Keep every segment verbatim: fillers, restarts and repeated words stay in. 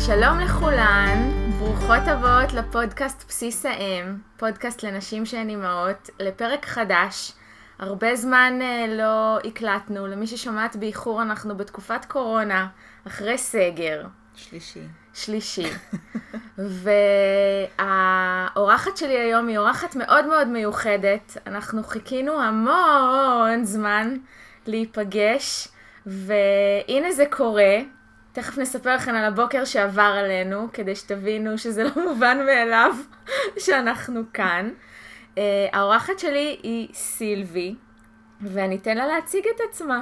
שלום לכולן, ברוכות הבאות לפודקאסט בסיס האם, פודקאסט לנשים שהן אימהות, לפרק חדש. הרבה זמן לא הקלטנו, למי ששומעת באיחור אנחנו בתקופת קורונה, אחרי סגר. שלישי. שלישי. והאורחת שלי היום היא אורחת מאוד מאוד מיוחדת. אנחנו חיכינו המון זמן להיפגש, והנה זה קורה. תכף נספר לכם על הבוקר שעבר עלינו, כדי שתבינו שזה לא מובן מאליו שאנחנו כאן. Uh, האורחת שלי היא סילבי, ואני אתן לה להציג את עצמה.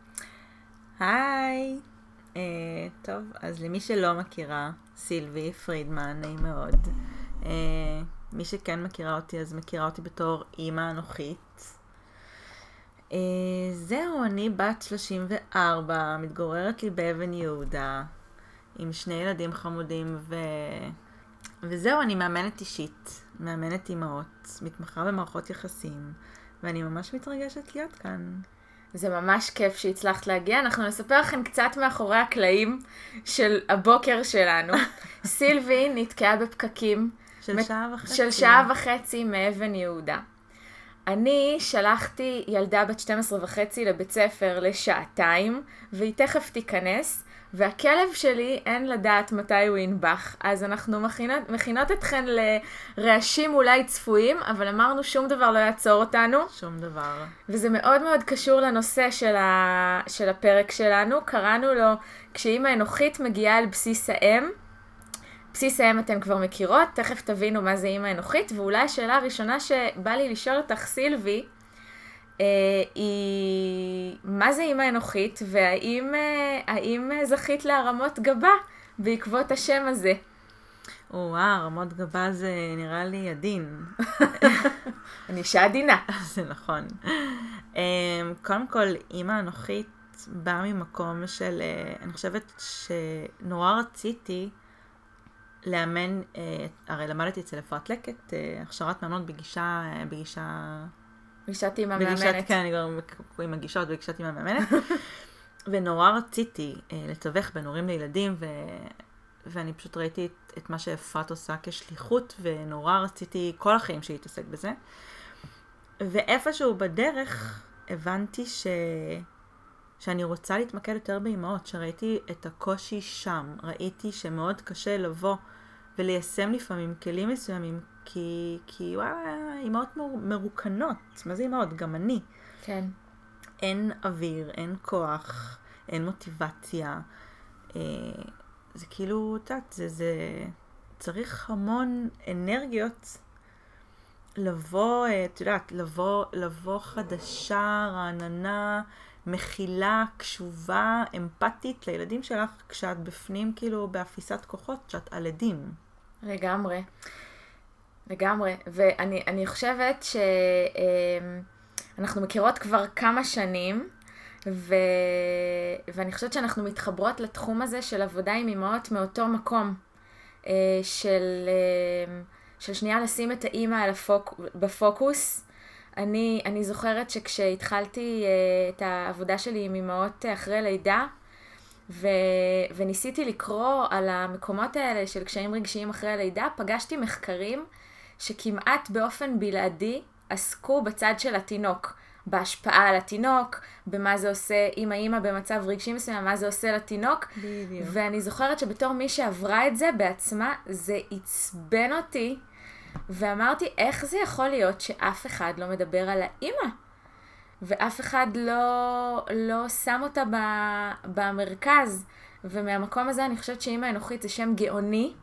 היי. Uh, טוב, אז למי שלא מכירה, סילבי פרידמן, נעים מאוד. Uh, מי שכן מכירה אותי, אז מכירה אותי בתור אימא אנוכית. Uh, זהו, אני בת שלושים וארבע, מתגוררת לי באבן יהודה, עם שני ילדים חמודים, ו... וזהו, אני מאמנת אישית, מאמנת אימהות, מתמחה במערכות יחסים, ואני ממש מתרגשת להיות כאן. זה ממש כיף שהצלחת להגיע. אנחנו נספר לכם קצת מאחורי הקלעים של הבוקר שלנו. סילבי נתקעה בפקקים. של מ... שעה וחצי. של שעה וחצי מאבן יהודה. אני שלחתי ילדה בת שתים עשרה וחצי לבית ספר לשעתיים, והיא תכף תיכנס, והכלב שלי אין לדעת מתי הוא ינבח. אז אנחנו מכינות, מכינות אתכן לרעשים אולי צפויים, אבל אמרנו שום דבר לא יעצור אותנו. שום דבר. וזה מאוד מאוד קשור לנושא של, ה, של הפרק שלנו. קראנו לו, כשאימא אנוכית מגיעה על בסיס האם. בסיס האם אתן כבר מכירות, תכף תבינו מה זה אימא אנוכית, ואולי השאלה הראשונה שבא לי לשאול אותך, סילבי, אה, היא מה זה אימא אנוכית, והאם אה, האם זכית להרמות גבה בעקבות השם הזה? וואו, הרמות גבה זה נראה לי עדין. אני אישה עדינה. זה נכון. קודם כל, אימא אנוכית באה ממקום של, אני חושבת שנורא רציתי, לאמן, הרי למדתי אצל אפרת לקט, הכשרת מאמנות בגישה, בגישה... בגישת אימא מאמנת. בגישת, כן, אני גם עם הגישות בגישת אימא מאמנת. ונורא רציתי לתווך בין הורים לילדים, ו... ואני פשוט ראיתי את, את מה שאפרת עושה כשליחות, ונורא רציתי כל החיים שהתעסק בזה. ואיפשהו בדרך הבנתי ש... שאני רוצה להתמקד יותר באימהות, שראיתי את הקושי שם, ראיתי שמאוד קשה לבוא וליישם לפעמים כלים מסוימים, כי, כי וואלה, אימהות מרוקנות, מה זה אימהות? גם אני. כן. אין אוויר, אין כוח, אין מוטיבציה, אה, זה כאילו, תת, זה, זה צריך המון אנרגיות לבוא, את יודעת, לבוא, לבוא חדשה, רעננה, מכילה, קשובה, אמפתית לילדים שלך, כשאת בפנים כאילו באפיסת כוחות, כשאת על עדים. לגמרי. לגמרי. ואני אני חושבת שאנחנו מכירות כבר כמה שנים, ו... ואני חושבת שאנחנו מתחברות לתחום הזה של עבודה עם אמהות מאותו מקום, של, של שנייה לשים את האמא על הפוק... בפוקוס. אני, אני זוכרת שכשהתחלתי uh, את העבודה שלי עם אמהות אחרי לידה, ו, וניסיתי לקרוא על המקומות האלה של קשיים רגשיים אחרי לידה, פגשתי מחקרים שכמעט באופן בלעדי עסקו בצד של התינוק, בהשפעה על התינוק, במה זה עושה עם האמא במצב רגשי מסוים, מה זה עושה לתינוק. בדיוק. ואני זוכרת שבתור מי שעברה את זה בעצמה, זה עצבן אותי, ואמרתי, איך זה יכול להיות שאף אחד לא מדבר על האמא? ואף אחד לא, לא שם אותה ב, במרכז. ומהמקום הזה אני חושבת שאמא אנוכית זה שם גאוני.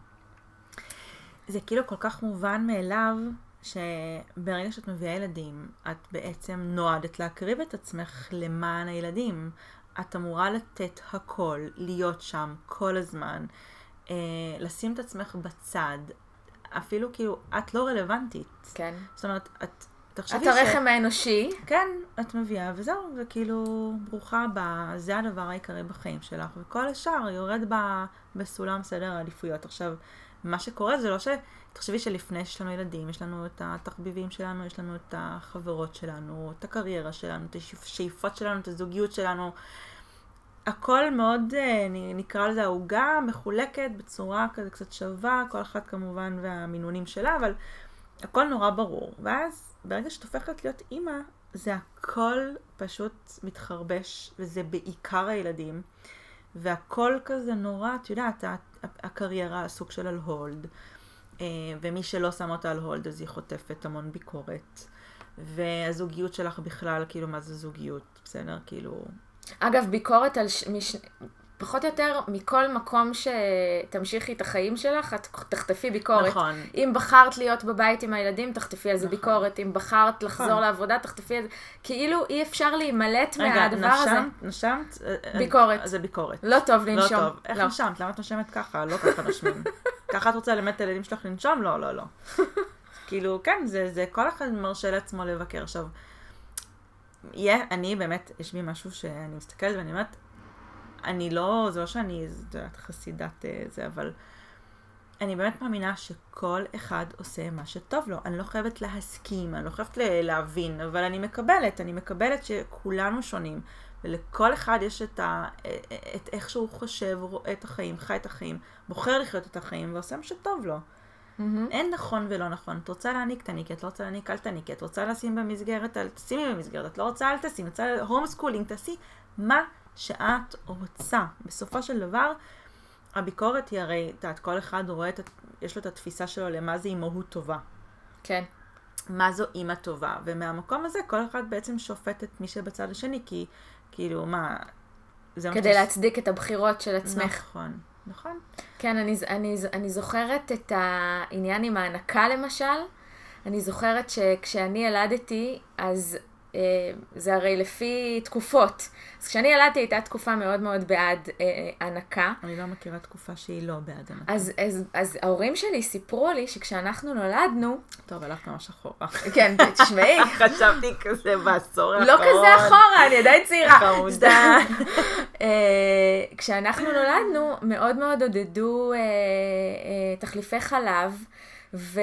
זה כאילו כל כך מובן מאליו, שברגע שאת מביאה ילדים, את בעצם נועדת להקריב את עצמך למען הילדים. את אמורה לתת הכל, להיות שם כל הזמן, אה, לשים את עצמך בצד, אפילו כאילו, את לא רלוונטית. כן. זאת אומרת, את תחשבי ש... את הרחם האנושי. כן, את מביאה, וזהו, וכאילו, ברוכה הבאה, זה הדבר העיקרי בחיים שלך, וכל השאר יורד ב... בסולם סדר העדיפויות. עכשיו, מה שקורה זה לא ש... תחשבי שלפני שיש לנו ילדים, יש לנו את התחביבים שלנו, יש לנו את החברות שלנו, את הקריירה שלנו, את השאיפות שלנו, את הזוגיות שלנו. הכל מאוד, נקרא לזה העוגה, מחולקת בצורה כזה קצת שווה, כל אחת כמובן והמינונים שלה, אבל הכל נורא ברור. ואז ברגע שאת הופכת להיות אימא, זה הכל פשוט מתחרבש, וזה בעיקר הילדים. והכל כזה נורא, את יודעת, הקריירה, הסוג של על הולד, ומי שלא שם אותה על הולד, אז היא חוטפת המון ביקורת. והזוגיות שלך בכלל, כאילו, מה זה זוגיות? בסדר? כאילו... אגב, ביקורת על... ש... מש... פחות או יותר, מכל מקום שתמשיכי את החיים שלך, את תחטפי ביקורת. נכון. אם בחרת להיות בבית עם הילדים, תחטפי על זה נכון. ביקורת. אם בחרת לחזור נכון. לעבודה, תחטפי על זה. כאילו, אי אפשר להימלט מהדבר נשמת, הזה. נשמת? ביקורת. זה ביקורת. לא טוב לנשום. לא טוב. איך לא. נשמת? למה את נושמת ככה? לא ככה נושמים. ככה את רוצה ללמד את הילדים שלך לנשום? לא, לא, לא. כאילו, כן, זה, זה כל אחד מרשה לעצמו לבקר. עכשיו, יהיה, אני באמת, יש בי משהו שאני מסתכלת ואני אומרת, אני לא, זה לא שאני, זה יודעת, חסידת זה, אבל אני באמת מאמינה שכל אחד עושה מה שטוב לו. אני לא חייבת להסכים, אני לא חייבת להבין, אבל אני מקבלת, אני מקבלת שכולנו שונים, ולכל אחד יש את, ה, את איך שהוא חושב, רואה את החיים, חי את החיים, בוחר לחיות את החיים, ועושה מה שטוב לו. Mm-hmm. אין נכון ולא נכון. את רוצה להעניק, תעניקי, את לא רוצה להעניק, אל תעניקי, את רוצה לשים במסגרת, אל תשימי במסגרת, את לא רוצה, אל תשים, את רוצה הום סקולינג, תעשי מה שאת רוצה. בסופו של דבר, הביקורת היא הרי, תעת, כל אחד רואה, את, יש לו את התפיסה שלו למה זה אימהות טובה. כן. מה זו אימא טובה. ומהמקום הזה, כל אחד בעצם שופט את מי שבצד השני, כי, כאילו, מה... כדי להצדיק את הבחירות של עצמך. נכון. נכון. כן, אני, אני, אני זוכרת את העניין עם ההנקה למשל. אני זוכרת שכשאני ילדתי, אז אה, זה הרי לפי תקופות. אז כשאני ילדתי הייתה תקופה מאוד מאוד בעד אה, הנקה. אני לא מכירה תקופה שהיא לא בעד הנקה. אז, אז, אז ההורים שלי סיפרו לי שכשאנחנו נולדנו... טוב, הלכת ממש אחורה. כן, תשמעי. חשבתי כזה בעשור האחרון. לא כזה אחורה, אני עדיין צעירה. חמודה. כשאנחנו נולדנו, מאוד מאוד עודדו תחליפי חלב, ו...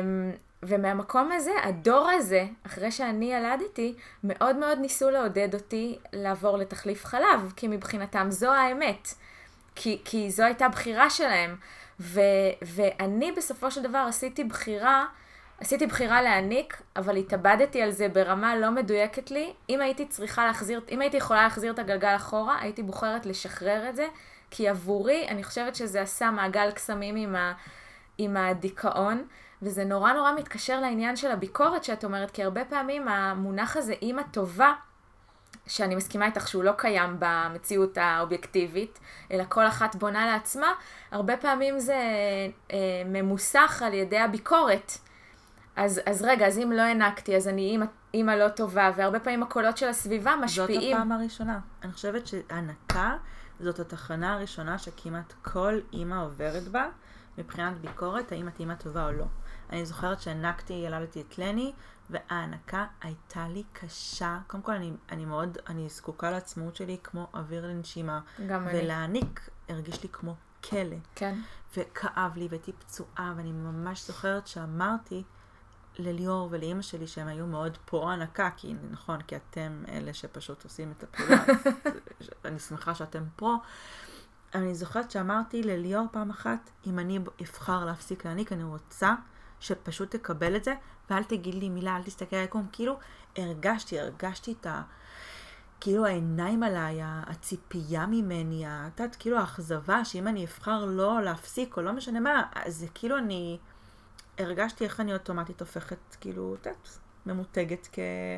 ומהמקום הזה, הדור הזה, אחרי שאני ילדתי, מאוד מאוד ניסו לעודד אותי לעבור לתחליף חלב, כי מבחינתם זו האמת. כי, כי זו הייתה בחירה שלהם. ו, ואני בסופו של דבר עשיתי בחירה, עשיתי בחירה להעניק, אבל התאבדתי על זה ברמה לא מדויקת לי. אם הייתי צריכה להחזיר, אם הייתי יכולה להחזיר את הגלגל אחורה, הייתי בוחרת לשחרר את זה, כי עבורי, אני חושבת שזה עשה מעגל קסמים עם, ה, עם הדיכאון, וזה נורא נורא מתקשר לעניין של הביקורת שאת אומרת, כי הרבה פעמים המונח הזה, אימא טובה, שאני מסכימה איתך שהוא לא קיים במציאות האובייקטיבית, אלא כל אחת בונה לעצמה, הרבה פעמים זה אה, ממוסך על ידי הביקורת. אז, אז רגע, אז אם לא הענקתי, אז אני אימא, אימא לא טובה, והרבה פעמים הקולות של הסביבה משפיעים. זאת הפעם הראשונה. אני חושבת שהענקה זאת התחנה הראשונה שכמעט כל אימא עוברת בה, מבחינת ביקורת, האם את אימא טובה או לא. אני זוכרת שהענקתי, ילדתי את לני, וההענקה הייתה לי קשה. קודם כל, אני, אני מאוד, אני זקוקה לעצמאות שלי כמו אוויר לנשימה. גם אני. ולהעניק הרגיש לי כמו כלא. כן. וכאב לי, והייתי פצועה, ואני ממש זוכרת שאמרתי לליאור ולאמא שלי שהם היו מאוד פרו הנקה, כי נכון, כי אתם אלה שפשוט עושים את הפעולה. אני שמחה שאתם פרו. אני זוכרת שאמרתי לליאור פעם אחת, אם אני אבחר להפסיק להעניק, אני רוצה שפשוט תקבל את זה, ואל תגיד לי מילה, אל תסתכל עליקום. כאילו הרגשתי, הרגשתי את ה... כאילו העיניים עליי, הציפייה ממני, התת, כאילו האכזבה, שאם אני אבחר לא להפסיק, או לא משנה מה, אז זה כאילו אני... הרגשתי איך אני אוטומטית הופכת, כאילו, תת, ממותגת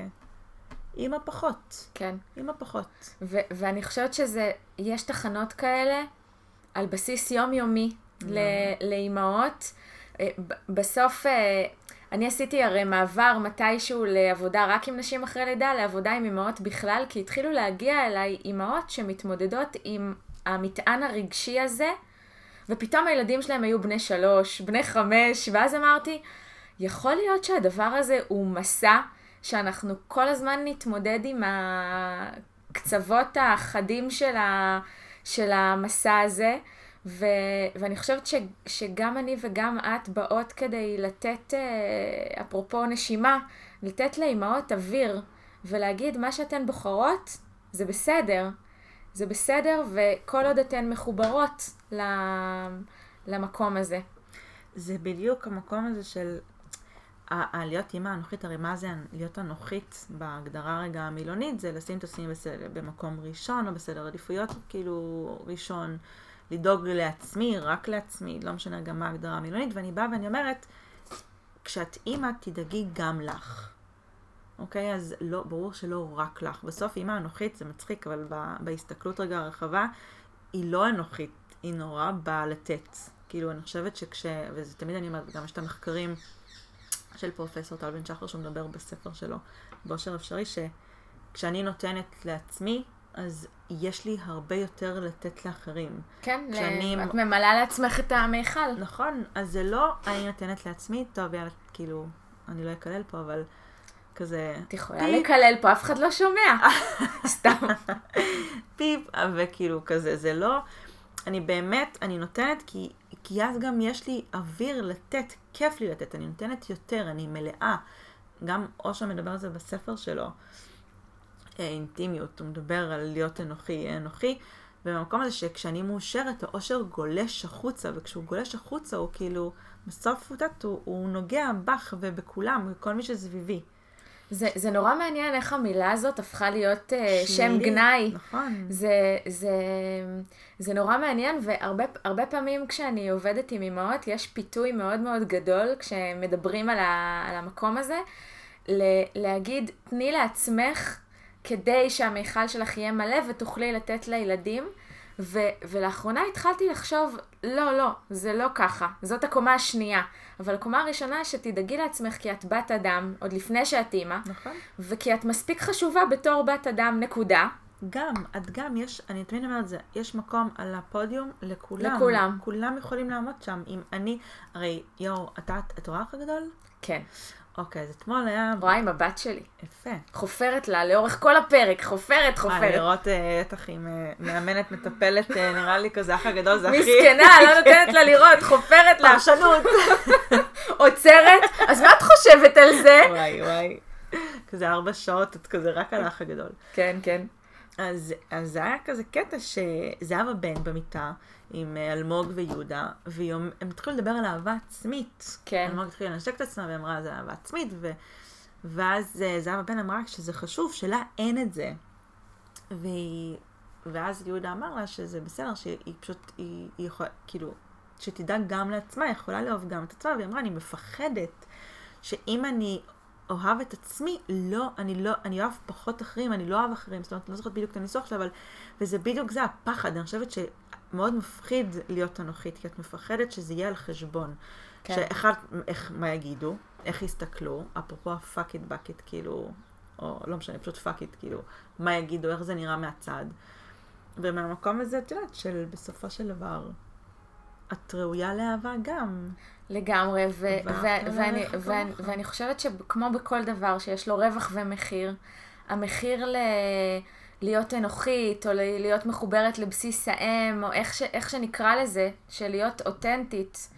כאימא פחות. כן. אימא פחות. ו- ואני חושבת שזה, יש תחנות כאלה על בסיס יומיומי ל- לאימהות. בסוף, אני עשיתי הרי מעבר מתישהו לעבודה רק עם נשים אחרי לידה, לעבודה עם אימהות בכלל, כי התחילו להגיע אליי אימהות שמתמודדות עם המטען הרגשי הזה, ופתאום הילדים שלהם היו בני שלוש, בני חמש, ואז אמרתי, יכול להיות שהדבר הזה הוא מסע, שאנחנו כל הזמן נתמודד עם הקצוות החדים של, ה, של המסע הזה, ו, ואני חושבת ש, שגם אני וגם את באות כדי לתת, אפרופו נשימה, לתת לאימהות אוויר, ולהגיד מה שאתן בוחרות, זה בסדר. זה בסדר, וכל עוד אתן מחוברות למקום הזה. זה בדיוק המקום הזה של להיות אימא אנוכית, הרי מה זה להיות אנוכית בהגדרה רגע המילונית, זה לשים את עצמי במקום ראשון או בסדר עדיפויות, כאילו ראשון, לדאוג לעצמי, רק לעצמי, לא משנה גם מה ההגדרה המילונית, ואני באה ואני אומרת, כשאת אימא תדאגי גם לך. אוקיי? אז לא, ברור שלא רק לך. בסוף אימא אנוכית זה מצחיק, אבל בהסתכלות רגע הרחבה, היא לא אנוכית, היא נורא באה לתת. כאילו אני חושבת שכש, וזה תמיד אני אומרת, גם יש את המחקרים של פרופסור טל בן שחר, שהוא מדבר בספר שלו, באושר אפשרי, שכשאני נותנת לעצמי, אז יש לי הרבה יותר לתת לאחרים. כן, כשאני... את ממלאה לעצמך את המיכל. נכון, אז זה לא, אני נותנת לעצמי, טוב, יאללה, כאילו, אני לא אקלל פה, אבל כזה... את יכולה לקלל פה, אף אחד לא שומע. סתם. פיפ, וכאילו כזה, זה לא... אני באמת, אני נותנת, כי, כי אז גם יש לי אוויר לתת, כיף לי לתת, אני נותנת יותר, אני מלאה. גם אושר מדבר על זה בספר שלו, אינטימיות, הוא מדבר על להיות אנוכי, אנוכי, ובמקום הזה שכשאני מאושרת, האושר גולש החוצה, וכשהוא גולש החוצה, הוא כאילו, בסוף הוא, הוא נוגע בך ובכולם, בכל מי שסביבי. זה, זה נורא מעניין איך המילה הזאת הפכה להיות uh, שם גנאי. נכון. זה, זה, זה נורא מעניין, והרבה הרבה פעמים כשאני עובדת עם אמהות, יש פיתוי מאוד מאוד גדול, כשמדברים על, ה, על המקום הזה, ל- להגיד, תני לעצמך, כדי שהמיכל שלך יהיה מלא, ותוכלי לתת לילדים, ו- ולאחרונה התחלתי לחשוב, לא, לא, זה לא ככה, זאת הקומה השנייה. אבל הקומה הראשונה שתדאגי לעצמך כי את בת אדם, עוד לפני שאת אימא, נכון. וכי את מספיק חשובה בתור בת אדם, נקודה. גם, את גם, יש, אני תמיד אומרת את זה, יש מקום על הפודיום לכולם. לכולם. כולם יכולים לעמוד שם. אם אני, הרי, יו, אתה, את רואה אח הגדול? כן. אוקיי, אז אתמול היה... רואה עם הבת שלי. יפה. חופרת לה, לאורך כל הפרק, חופרת, חופרת. אה, לראות בטח עם מאמנת, מטפלת, נראה לי כזה אח הגדול, זה הכי... מסכנה, לא נותנת לה לראות, חופרת לה. פרשנות. עוצרת, אז מה את חושבת על זה? וואי, וואי. כזה ארבע שעות, את כזה רק על האח הגדול. כן, כן. אז, אז זה היה כזה קטע שזהבה בן במיטה עם אלמוג ויהודה, והם התחילו לדבר על אהבה עצמית. כן. אלמוג התחילה לנשק את עצמה ואמרה, זה אהבה עצמית, ו... ואז זהבה בן אמרה שזה חשוב, שלה אין את זה. ו... ואז יהודה אמר לה שזה בסדר, שהיא פשוט, היא, היא יכולה, כאילו, שתדאג גם לעצמה, היא יכולה לאהוב גם את עצמה, והיא אמרה, אני מפחדת שאם אני אוהב את עצמי, לא, אני לא, אני אוהב פחות אחרים, אני לא אוהב אחרים, זאת אומרת, אני לא זוכרת בדיוק את הניסוח שלה, אבל, וזה בדיוק זה הפחד, אני חושבת שמאוד מפחיד להיות אנוכית, כי את מפחדת שזה יהיה על חשבון. כן. שאחד, איך, מה יגידו, איך יסתכלו, אפרופו ה-fuck it bucket, כאילו, או לא משנה, פשוט fuck it, כאילו, מה יגידו, איך זה נראה מהצד. ומהמקום הזה, את יודעת, של בסופו של דבר, את ראויה לאהבה גם. לגמרי, ו- ו- ואני, ואני, ואני חושבת שכמו בכל דבר שיש לו רווח ומחיר, המחיר ל... להיות אנוכית, או להיות מחוברת לבסיס האם, או איך, ש... איך שנקרא לזה, של להיות אותנטית,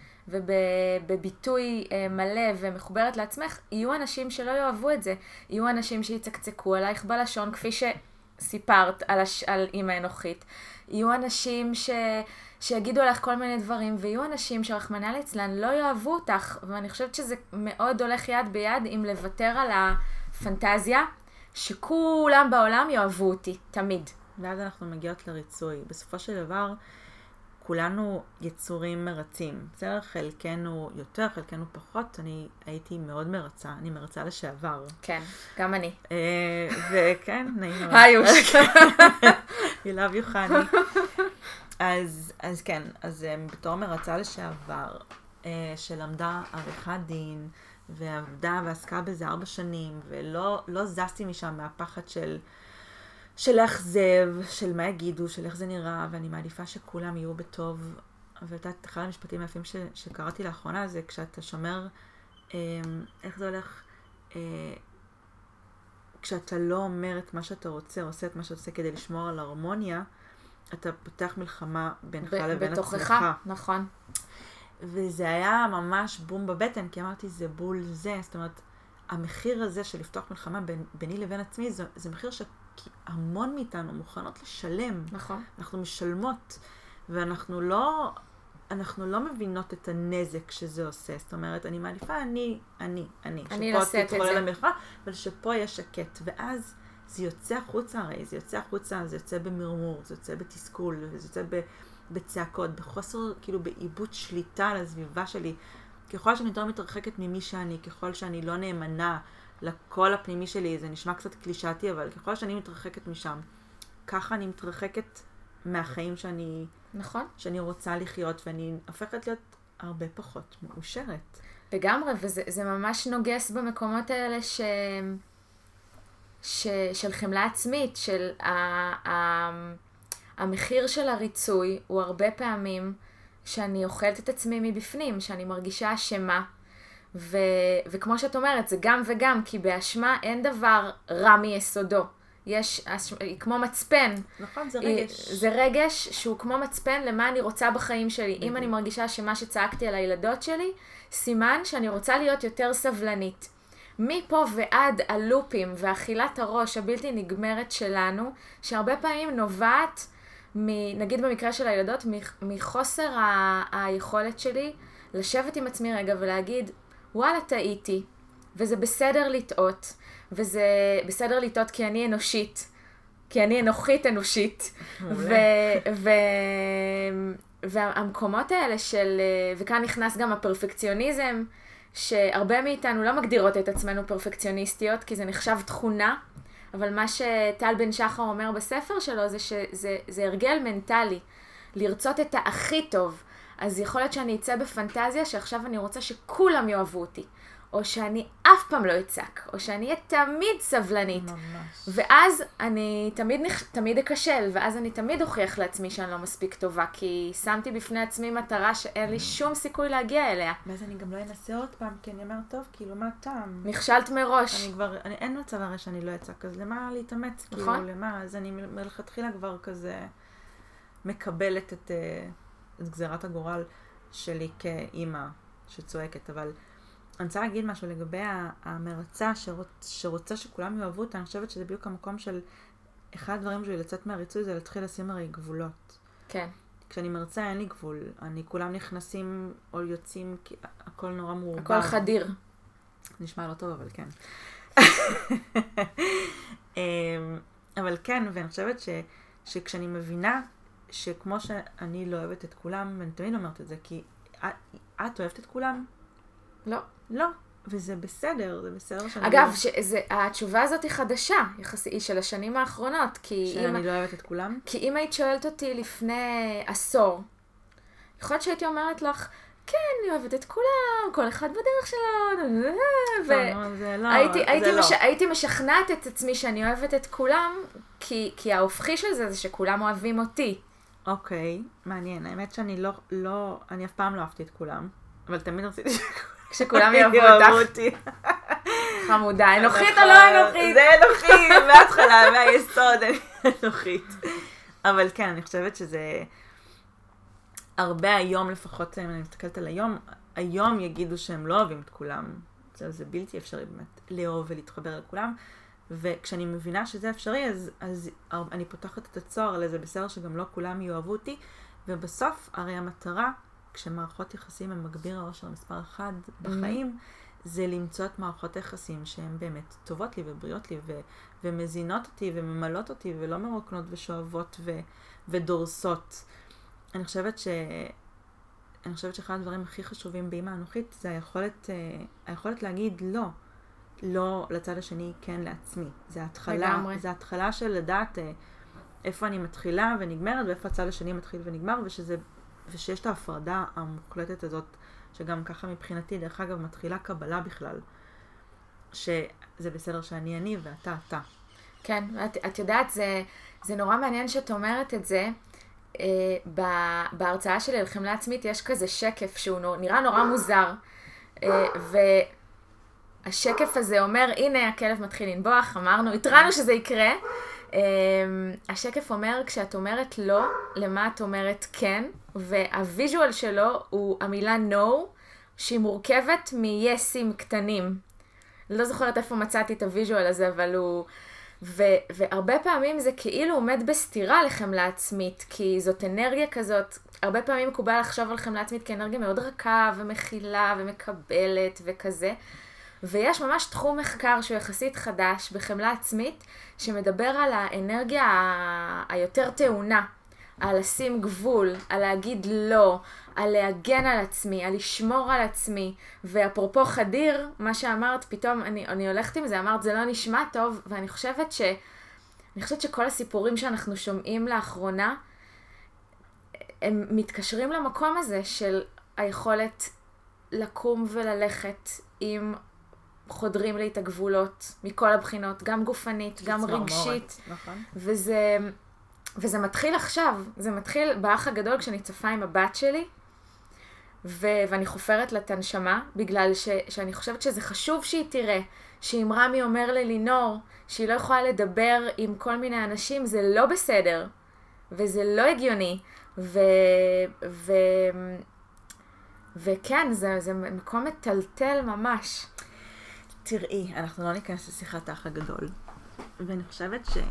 ובביטוי מלא ומחוברת לעצמך, יהיו אנשים שלא יאהבו את זה. יהיו אנשים שיצקצקו עלייך בלשון, כפי שסיפרת על, הש... על אימא אנוכית. יהיו אנשים ש... שיגידו לך כל מיני דברים, ויהיו אנשים שרחמנא ליצלן לא יאהבו אותך, ואני חושבת שזה מאוד הולך יד ביד עם לוותר על הפנטזיה, שכולם בעולם יאהבו אותי, תמיד. ואז אנחנו מגיעות לריצוי. בסופו של דבר, כולנו יצורים מרצים. בסדר, חלקנו יותר, חלקנו פחות. אני הייתי מאוד מרצה. אני מרצה לשעבר. כן, גם אני. וכן, נעים מאוד. היוש. You love you, honey. אז, אז כן, אז בתור מרצה לשעבר, שלמדה עריכת דין, ועבדה ועסקה בזה ארבע שנים, ולא לא זזתי משם מהפחד של, של להחזב, של מה יגידו, של איך זה נראה, ואני מעדיפה שכולם יהיו בטוב. ואתה, אחד המשפטים היפים ש, שקראתי לאחרונה, זה כשאתה שומר, איך זה הולך, כשאתה לא אומר את מה שאתה רוצה, עושה את מה שאתה עושה כדי לשמור על הרמוניה, אתה פותח מלחמה בינך לבין עצמך. בתוכך, נכון. וזה היה ממש בום בבטן, כי אמרתי, זה בול זה. זאת אומרת, המחיר הזה של לפתוח מלחמה בין, ביני לבין עצמי, זה, זה מחיר כי המון מאיתנו מוכנות לשלם. נכון. אנחנו משלמות, ואנחנו לא, אנחנו לא מבינות את הנזק שזה עושה. זאת אומרת, אני מעדיפה אני, אני, אני. אני לשאת את זה. שפה תתחולל המלחמה, אבל שפה יש שקט. ואז זה יוצא החוצה הרי, זה יוצא החוצה, זה יוצא במרמור, זה יוצא בתסכול, זה יוצא ב, בצעקות, בחוסר, כאילו באיבוד שליטה על הסביבה שלי. ככל שאני יותר מתרחקת ממי שאני, ככל שאני לא נאמנה לקול הפנימי שלי, זה נשמע קצת קלישאתי, אבל ככל שאני מתרחקת משם, ככה אני מתרחקת מהחיים שאני, נכון. שאני רוצה לחיות, ואני הופכת להיות הרבה פחות מאושרת. לגמרי, וזה זה ממש נוגס במקומות האלה ש... ש... של חמלה עצמית, של ה... ה... המחיר של הריצוי הוא הרבה פעמים שאני אוכלת את עצמי מבפנים, שאני מרגישה אשמה, ו... וכמו שאת אומרת, זה גם וגם, כי באשמה אין דבר רע מיסודו. יש, היא כמו מצפן. נכון, זה רגש. היא, זה רגש שהוא כמו מצפן למה אני רוצה בחיים שלי. אם אני מרגישה שמה שצעקתי על הילדות שלי, סימן שאני רוצה להיות יותר סבלנית. מפה ועד הלופים ואכילת הראש הבלתי נגמרת שלנו, שהרבה פעמים נובעת, נגיד במקרה של הילדות, מחוסר ה- היכולת שלי לשבת עם עצמי רגע ולהגיד, וואלה, טעיתי, וזה בסדר לטעות, וזה בסדר לטעות כי אני אנושית, כי אני אנוכית אנושית, ו- ו- והמקומות האלה של, וכאן נכנס גם הפרפקציוניזם, שהרבה מאיתנו לא מגדירות את עצמנו פרפקציוניסטיות, כי זה נחשב תכונה, אבל מה שטל בן שחר אומר בספר שלו, זה שזה זה הרגל מנטלי, לרצות את הכי טוב. אז יכול להיות שאני אצא בפנטזיה שעכשיו אני רוצה שכולם יאהבו אותי, או שאני אף פעם לא אצעק, או שאני אהיה תמיד סבלנית. ממש. ואז אני תמיד, תמיד אקשל, ואז אני תמיד אוכיח לעצמי שאני לא מספיק טובה, כי שמתי בפני עצמי מטרה שאין לי שום סיכוי להגיע אליה. ואז אני גם לא אנסה עוד פעם, כי אני אומר, טוב, כאילו, מה טעם? נכשלת מראש. אני כבר, אני, אין מצב הרי שאני לא אצעק, אז למה להתאמץ? נכון. כאילו, למה? אז אני מלכתחילה כבר כזה מקבלת את, את גזירת הגורל שלי כאימא שצועקת, אבל אני רוצה להגיד משהו לגבי המרצה שרוצ, שרוצה שכולם יאהבו אותה. אני חושבת שזה בדיוק המקום של אחד הדברים שלי לצאת מהריצוי, זה להתחיל לשים הרי גבולות. כן. כשאני מרצה אין לי גבול. אני כולם נכנסים או יוצאים, כי הכל נורא מעורבב. הכל חדיר. נשמע לא טוב, אבל כן. אבל כן, ואני חושבת ש, שכשאני מבינה שכמו שאני לא אוהבת את כולם, ואני תמיד אומרת את זה, כי את, את אוהבת את כולם? לא. לא, וזה בסדר, זה בסדר שאני אגב, לא... שזה, התשובה הזאת היא חדשה, יחסי, היא של השנים האחרונות, כי שאני אם, לא אוהבת את כולם? כי אם היית שואלת אותי לפני עשור, יכול להיות שהייתי אומרת לך, כן, אני אוהבת את כולם, כל אחד בדרך שלו, והייתי משכנעת את עצמי שאני אוהבת את כולם, כי, כי ההופכי של זה זה שכולם אוהבים אותי. אוקיי, מעניין, האמת שאני לא, לא, אני אף פעם לא אהבתי את כולם, אבל תמיד רציתי שכולם יאהבו אותך. חמודה, אנוכית או לא אנוכית? זה אנוכית, מההתחלה, מהיסוד, אני אנוכית. אבל כן, אני חושבת שזה הרבה היום לפחות, אם אני מסתכלת על היום, היום יגידו שהם לא אוהבים את כולם. זה בלתי אפשרי באמת, לאהוב ולהתחבר לכולם. וכשאני מבינה שזה אפשרי, אז, אז אני פותחת את הצוהר לזה בסדר שגם לא כולם יאהבו אותי. ובסוף, הרי המטרה, כשמערכות יחסים הם מגביר האושר מספר אחד בחיים, זה למצוא את מערכות היחסים שהן באמת טובות לי ובריאות לי ו- ומזינות אותי וממלאות אותי ולא מרוקנות ושואבות ו- ודורסות. אני חושבת ש... אני חושבת שאחד הדברים הכי חשובים באמא אנוכית זה היכולת, היכולת להגיד לא. לא לצד השני, כן לעצמי. זה התחלה, זה התחלה של לדעת איפה אני מתחילה ונגמרת ואיפה הצד השני מתחיל ונגמר, ושזה, ושיש את ההפרדה המוחלטת הזאת, שגם ככה מבחינתי, דרך אגב, מתחילה קבלה בכלל, שזה בסדר שאני אני ואתה אתה. כן, את, את יודעת, זה, זה נורא מעניין שאת אומרת את זה. אה, בהרצאה שלי על חמלה עצמית יש כזה שקף שהוא נור, נראה נורא מוזר, אה, והשקף הזה אומר, הנה הכלב מתחיל לנבוח, אמרנו, התרענו שזה יקרה. אה, השקף אומר, כשאת אומרת לא, למה את אומרת כן, והוויז'ואל שלו הוא המילה no, שהיא מורכבת מ-יסים קטנים. לא זוכרת איפה מצאתי את הוויז'ואל הזה, אבל הוא... ו- והרבה פעמים זה כאילו עומד בסתירה לחמלה עצמית, כי זאת אנרגיה כזאת, הרבה פעמים מקובל לחשוב על חמלה עצמית כאנרגיה מאוד רכה ומכילה ומקבלת וכזה, ויש ממש תחום מחקר שהוא יחסית חדש בחמלה עצמית, שמדבר על האנרגיה ה- היותר טעונה, על לשים גבול, על להגיד לא, על להגן על עצמי, על לשמור על עצמי. ואפרופו חדיר, מה שאמרת, פתאום אני, אני הולכת עם זה, אמרת, זה לא נשמע טוב, ואני חושבת ש... אני חושבת שכל הסיפורים שאנחנו שומעים לאחרונה, הם מתקשרים למקום הזה של היכולת לקום וללכת עם חודרים לי את הגבולות, מכל הבחינות, גם גופנית, גם רגשית. נכון. וזה... וזה מתחיל עכשיו, זה מתחיל באח הגדול כשאני צפה עם הבת שלי, ו- ואני חופרת לה את הנשמה, בגלל ש- שאני חושבת שזה חשוב שהיא תראה, שאם רמי אומר ללינור, שהיא לא יכולה לדבר עם כל מיני אנשים, זה לא בסדר, וזה לא הגיוני, ו- ו- וכן, זה, זה מקום מטלטל ממש. תראי, אנחנו לא ניכנס לשיחת האח הגדול, ואני חושבת ש...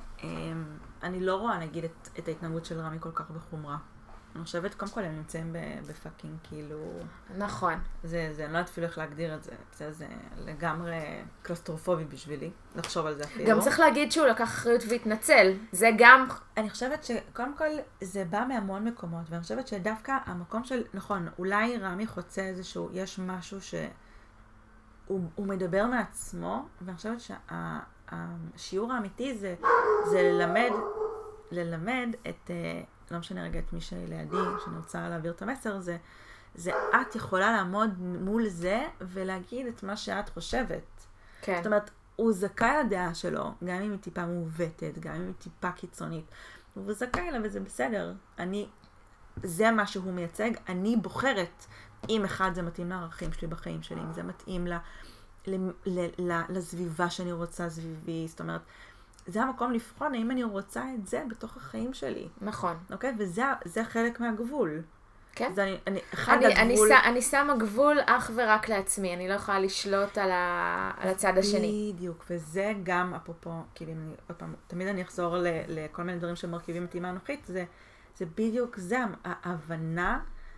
אני לא רואה, נגיד, את, את ההתנהגות של רמי כל כך בחומרה. אני חושבת, קודם כל, הם נמצאים בפאקינג, כאילו... נכון. זה, זה, אני לא יודעת אפילו איך להגדיר את זה. זה, זה לגמרי קלסטרופובי בשבילי, לחשוב על זה אפילו. גם צריך להגיד שהוא לקח אחריות והתנצל. זה גם... אני חושבת שקודם כל, זה בא מהמון מקומות, ואני חושבת שדווקא המקום של... נכון, אולי רמי חוצה איזשהו... יש משהו ש... הוא, הוא מדבר מעצמו, ואני חושבת שה... השיעור האמיתי זה, זה ללמד, ללמד את, לא משנה רגע את מי שלידי, שאני רוצה להעביר את המסר, זה, זה את יכולה לעמוד מול זה ולהגיד את מה שאת חושבת. כן. זאת אומרת, הוא זכאי לדעה שלו, גם אם היא טיפה מעוותת, גם אם היא טיפה קיצונית. הוא זכאי לה וזה בסדר. אני, זה מה שהוא מייצג, אני בוחרת אם אחד זה מתאים לערכים שלי בחיים שלי, אם זה מתאים לה, לסביבה שאני רוצה סביבי, זאת אומרת, זה המקום לבחון האם אני רוצה את זה בתוך החיים שלי. נכון. אוקיי? וזה זה חלק מהגבול. כן. זה אני, אני, אחד אני, הגבול... אני, אני שמה גבול אך ורק לעצמי, אני לא יכולה לשלוט על, ה, על הצד השני. בדיוק, וזה גם, אפרופו, כאילו, אני, עוד פעם, תמיד אני אחזור ל, לכל מיני דברים שמרכיבים את אימא אנוכית, זה, זה בדיוק זה, ההבנה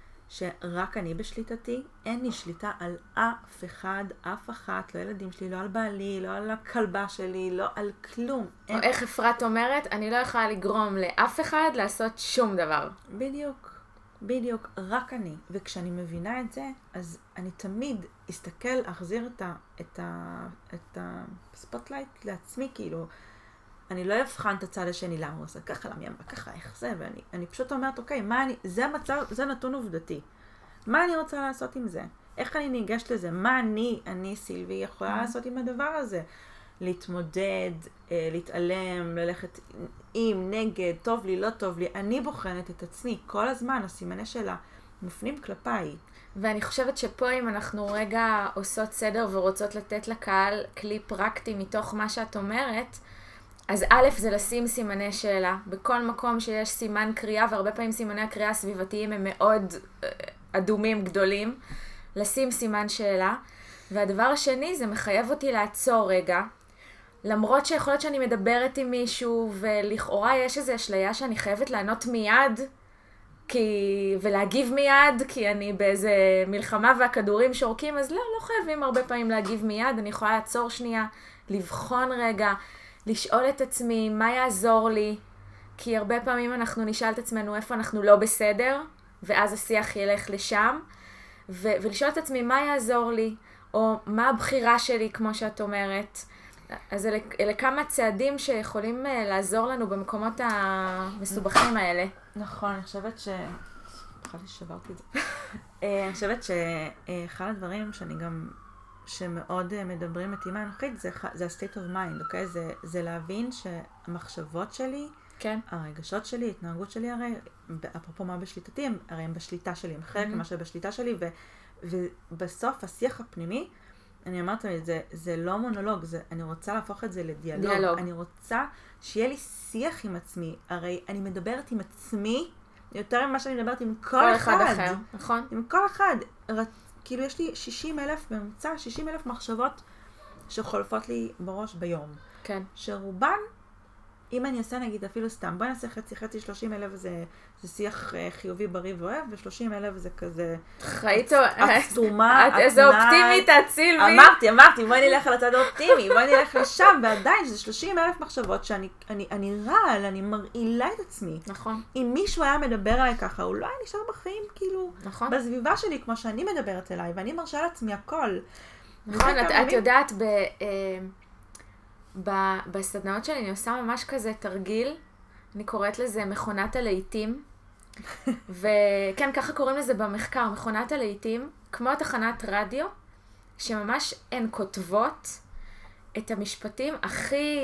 שרק אני בשליטתי, אין לי שליטה על אף אחד, אף אחת, לא ילדים שלי, לא על בעלי, לא על הכלבה שלי, לא על כלום. או איך אפרת אומרת, אני לא יכולה לגרום לאף אחד לעשות שום דבר. בדיוק, בדיוק, רק אני. וכשאני מבינה את זה, אז אני תמיד אסתכל, אחזיר את ה, את ה, את הספוטלייט לעצמי, כאילו, אני לא אבחן את הצד השני, למה הוא עושה ככה, למה היא אמרה ככה, איך זה, ואני אני פשוט אומרת, אוקיי, מה אני, זה המצב, זה נתון עובדתי. מה אני רוצה לעשות עם זה? איך אני ניגשת לזה? מה אני, אני סילבי, יכולה לעשות עם הדבר הזה? להתמודד, אה, להתעלם, ללכת עם, נגד, טוב לי, לא טוב לי. אני בוחנת את עצמי כל הזמן, הסימני שלה מופנים כלפיי. ואני חושבת שפה אם אנחנו רגע עושות סדר ורוצות לתת לקהל כלי פרקטי מתוך מה שאת אומרת, אז א' זה לשים סימני שאלה. בכל מקום שיש סימן קריאה, והרבה פעמים סימני הקריאה הסביבתיים הם מאוד אדומים, גדולים, לשים סימן שאלה. והדבר השני זה מחייב אותי לעצור רגע, למרות שיכול להיות שאני מדברת עם מישהו, ולכאורה יש איזו אשליה שאני חייבת לענות מיד, כי... ולהגיב מיד, כי אני באיזה מלחמה והכדורים שורקים, אז לא, לא חייבים הרבה פעמים להגיב מיד, אני יכולה לעצור שנייה, לבחון רגע, לשאול את עצמי מה יעזור לי, כי הרבה פעמים אנחנו נשאל את עצמנו איפה אנחנו לא בסדר, ואז השיח ילך לשם, ו- ולשאול את עצמי מה יעזור לי, או מה הבחירה שלי, כמו שאת אומרת. אז אלה, אלה כמה צעדים שיכולים uh, לעזור לנו במקומות המסובכים האלה. נכון, אני חושבת ש... התחלתי ששברתי את זה. אני חושבת שאחד הדברים שאני גם... שמאוד מדברים את אימא אנוכית, זה, זה ה-state of mind, אוקיי? זה, זה להבין שהמחשבות שלי, כן. הרגשות שלי, התנהגות שלי, הרי, אפרופו מה בשליטתי, הם, הרי הם בשליטה שלי, הם חלק ממה שבשליטה שלי, ו, ובסוף השיח הפנימי, אני אמרת לי, זה, זה לא מונולוג, זה, אני רוצה להפוך את זה לדיאלוג. דיאלוג. אני רוצה שיהיה לי שיח עם עצמי, הרי אני מדברת עם עצמי, יותר ממה שאני מדברת עם כל, כל אחד. אחד אחר, נכון? עם כל אחד. כאילו יש לי שישים אלף, בממוצע שישים אלף מחשבות שחולפות לי בראש ביום. כן. שרובן, אם אני אעשה נגיד אפילו סתם, בואי נעשה חצי חצי, שלושים אלף זה, זה שיח חיובי בריא ואוהב, ו-שלושים אלף זה כזה... חיית... את סתומה, את איזה אופטימית את סילבי. אמרתי, אמרתי, בואי נלך על הצד האופטימי, בואי נלך לשם, ועדיין זה שלושים אלף מחשבות שאני אני, אני רעל, אני מרעילה את עצמי. נכון. אם מישהו היה מדבר עליי ככה, הוא לא היה נשאר בחיים, כאילו, נכון. בסביבה שלי, כמו שאני מדברת אליי, ואני מרשה לעצמי הכל. נכון, את, את יודעת, ב, אה, ב, בסדנאות שלי אני עושה ממש כזה תרגיל, אני קוראת לזה מכונת הלהיטים, וכן, ככה קוראים לזה במחקר, מכונת הלהיטים, כמו תחנת רדיו, שממש הן כותבות את המשפטים הכי,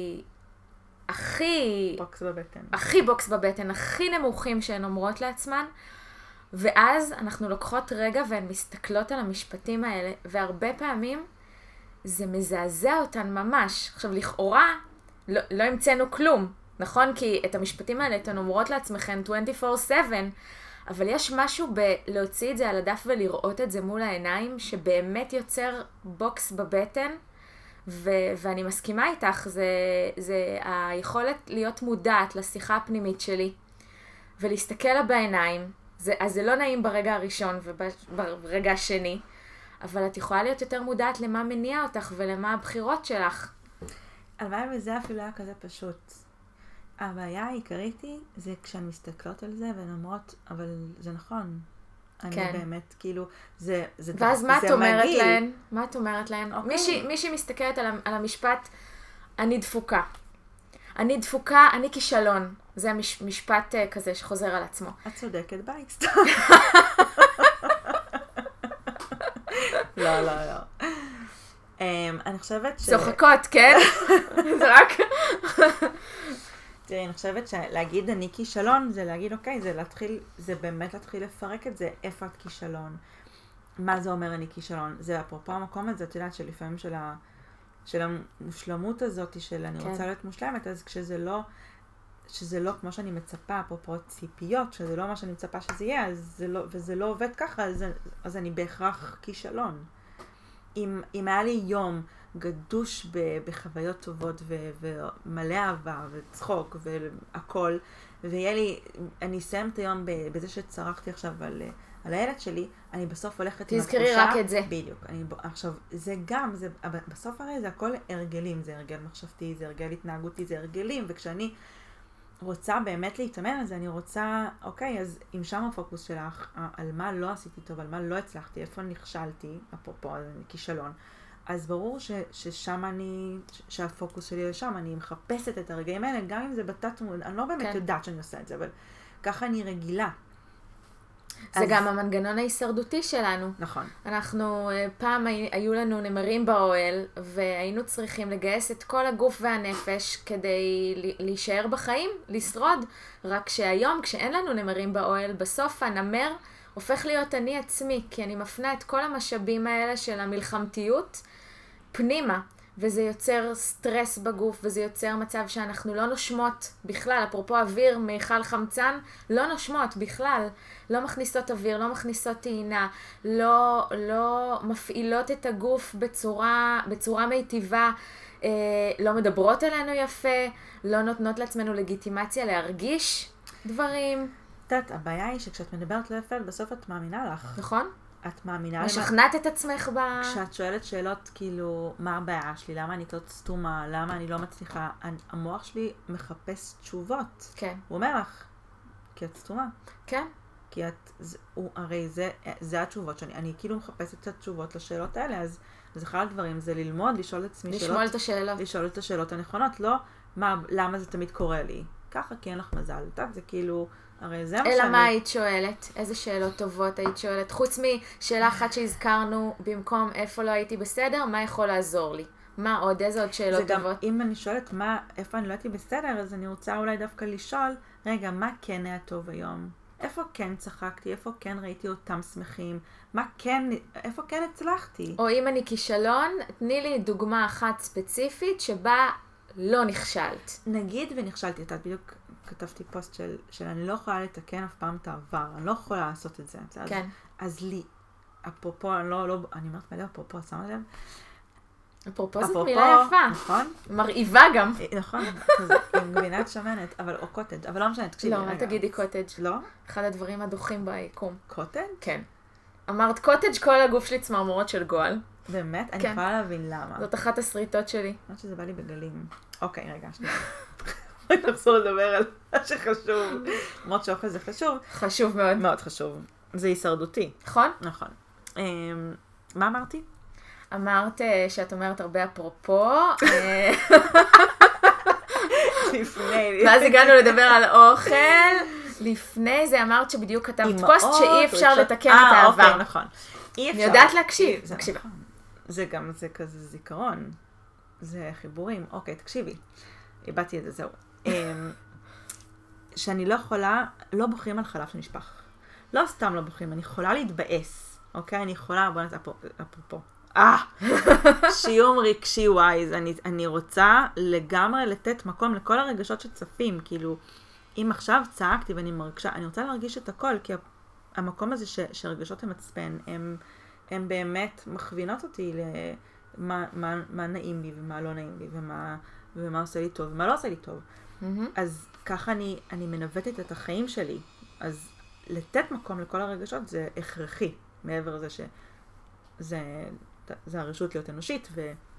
הכי, בוקס בבטן. הכי בוקס בבטן, הכי נמוכים שהן אומרות לעצמן, ואז אנחנו לוקחות רגע והן מסתכלות על המשפטים האלה, והרבה פעמים זה מזעזע אותן ממש. עכשיו, לכאורה, לא, לא המצאנו כלום, נכון? כי את המשפטים האלה אתן אומרות לעצמכן עשרים וארבע שבע, אבל יש משהו בלהוציא את זה על הדף ולראות את זה מול העיניים, שבאמת יוצר בוקס בבטן, ו- ואני מסכימה איתך, זה, זה היכולת להיות מודעת לשיחה הפנימית שלי, ולהסתכל לה בעיניים. זה, אז זה לא נעים ברגע הראשון וברגע השני, אבל את יכולה להיות יותר מודעת למה מניע אותך ולמה הבחירות שלך. הלוואי וזה אפילו היה כזה פשוט. הבעיה העיקרית היא, זה כשהן מסתכלות על זה והן אומרות, אבל זה נכון. אני כן. באמת, כאילו, זה, זה, ואז זה מה את אומרת מגעיל. להן? מה את אומרת להן? אוקיי. מישהי, מישהי מסתכלת על, על המשפט, אני דפוקה. אני דפוקה, אני כישלון. זה מש, משפט uh, כזה שחוזר על עצמו. את צודקת, ביי, סתם. לא, לא, לא. Um, אני חושבת ש... צוחקות, כן? זה רק... תראי, אני חושבת שלהגיד אני כישלון, זה להגיד, אוקיי, זה להתחיל, זה באמת להתחיל לפרק את זה, איפה את כישלון? מה זה אומר אני כישלון? זה אפרופו המקום הזה, את יודעת, שלפעמים של, ה, של המושלמות הזאת, של אני כן. רוצה להיות מושלמת, אז כשזה לא, שזה לא כמו שאני מצפה, אפרופו ציפיות, שזה לא מה שאני מצפה שזה יהיה, אז זה לא, וזה לא עובד ככה, אז, אז אני בהכרח כישלון. אם, אם היה לי יום גדוש ב, בחוויות טובות ו, ומלא אהבה וצחוק והכל, ויהיה לי, אני אסיים את היום בזה שצרחתי עכשיו על, על הילד שלי, אני בסוף הולכת עם התחושה. תזכרי רק את זה. בדיוק. אני, עכשיו, זה גם, זה, בסוף הרי זה הכל הרגלים, זה הרגל מחשבתי, זה הרגל התנהגותי, זה הרגלים, וכשאני רוצה באמת להתאמן על זה, אני רוצה, אוקיי, אז אם שם הפוקוס שלך, על מה לא עשיתי טוב, על מה לא הצלחתי, איפה נכשלתי, אפרופו, אני כישלון, אז ברור ש, ששם אני, שהפוקוס שלי לשם, אני מחפשת את הרגעים האלה, גם אם זה בתת מודע, אני לא באמת כן. יודעת שאני עושה את זה, אבל ככה אני רגילה. זה אז... גם המנגנון ההישרדותי שלנו. נכון. אנחנו, פעם היו לנו נמרים באוהל, והיינו צריכים לגייס את כל הגוף והנפש כדי להישאר בחיים, לשרוד. רק שהיום, כשאין לנו נמרים באוהל, בסוף הנמר הופך להיות אני עצמי, כי אני מפנה את כל המשאבים האלה של המלחמתיות פנימה, וזה יוצר סטרס בגוף, וזה יוצר מצב שאנחנו לא נושמות בכלל, אפרופו אוויר, מיכל חמצן, לא נושמות בכלל, לא מכניסות אוויר, לא מכניסות טעינה, לא, לא מפעילות את הגוף בצורה, בצורה מיטיבה, אה, לא מדברות אלינו יפה, לא נותנות לעצמנו לגיטימציה להרגיש דברים. את יודעת, הבעיה היא שכשאת מדברת לא יפה, בסוף את מאמינה לך. נכון? את מאמינה... משכנעת את עצמך ב... כשאת שואלת שאלות, כאילו, מה הבעיה שלי? למה אני זאת סתומה? למה אני לא מצליחה? המוח שלי מחפש תשובות. כן. הוא אומר לך, כי את סתומה. כן. כי את, זה, הוא, הרי זה, זה התשובות שאני, אני כאילו מחפשת את התשובות לשאלות האלה, אז, אז אחד הדברים זה ללמוד, לשאול את עצמי שאלות. לשמוע את השאלות. לשאול את השאלות הנכונות, לא, מה, למה זה תמיד קורה לי? ככה, כי אין לך מזל. טוב, זה כאילו... הרי זה מה שאני... אלא מה היית שואלת? איזה שאלות טובות היית שואלת? חוץ משאלה אחת שהזכרנו, במקום איפה לא הייתי בסדר, מה יכול לעזור לי? מה עוד? איזה עוד שאלות זה טובות? גם, אם אני שואלת מה, איפה אני לא הייתי בסדר, אז אני רוצה אולי דווקא לשאול, רגע, מה כן היה טוב היום? איפה כן צחקתי? איפה כן ראיתי אותם שמחים? מה כן, איפה כן הצלחתי? או אם אני כישלון, תני לי דוגמה אחת ספציפית שבה לא נכשלת. נגיד ונכשלתי, את בדיוק כתבתי פוסט של, של אני לא יכולה לתקן אף פעם את העבר, אני לא יכולה לעשות את זה. כן. אז, אז לי, אפרופו, אני לא, לא, אני אומרת מלא אפרופו, שמה לב, אפרופו זאת מילה יפה. נכון. מרהיבה גם. נכון, עם גבינת שמנת, אבל או קוטג', אבל לא משנה, תקשיבי. לא, אל תגידי קוטג'. לא? אחד הדברים הדוחים ביקום. קוטג'? כן. אמרת קוטג', כל הגוף שלי צמרמורות של גועל. באמת? אני יכולה להבין למה. זאת אחת הסריטות שלי. אמרת שזה בא לי בגלים. אוקיי, רגע, שנייה. נחזור לדבר על מה שחשוב. למרות שאוכל זה חשוב. חשוב מאוד. מאוד חשוב. זה הישרדותי. נכון? נכון. מה אמרתי? אמרת שאת אומרת הרבה אפרופו. לפני. ואז הגענו לדבר על אוכל. לפני זה אמרת שבדיוק כתבת פוסט שאי אפשר לתקן את העבר. אוקיי, נכון. אי אפשר. אני יודעת להקשיב. זה גם, זה כזה זיכרון. זה חיבורים. אוקיי, תקשיבי. איבדתי את זה, זהו. שאני לא יכולה, לא בוחרים על חלב שנשפך. לא סתם לא בוחרים, אני יכולה להתבאס. אוקיי? אני יכולה, בוא נעשה אפרופו. אה! שיום רגשי ווייז. אני, אני רוצה לגמרי לתת מקום לכל הרגשות שצפים. כאילו, אם עכשיו צעקתי ואני מרגישה, אני רוצה להרגיש את הכל, כי המקום הזה ש, שרגשות הם עצפן, הם, הם באמת מכווינות אותי למה מה, מה נעים לי ומה לא נעים לי, ומה, ומה עושה לי טוב ומה לא עושה לי טוב. Mm-hmm. אז ככה אני, אני מנווטת את החיים שלי. אז לתת מקום לכל הרגשות זה הכרחי, מעבר לזה שזה זה הרשות להיות אנושית,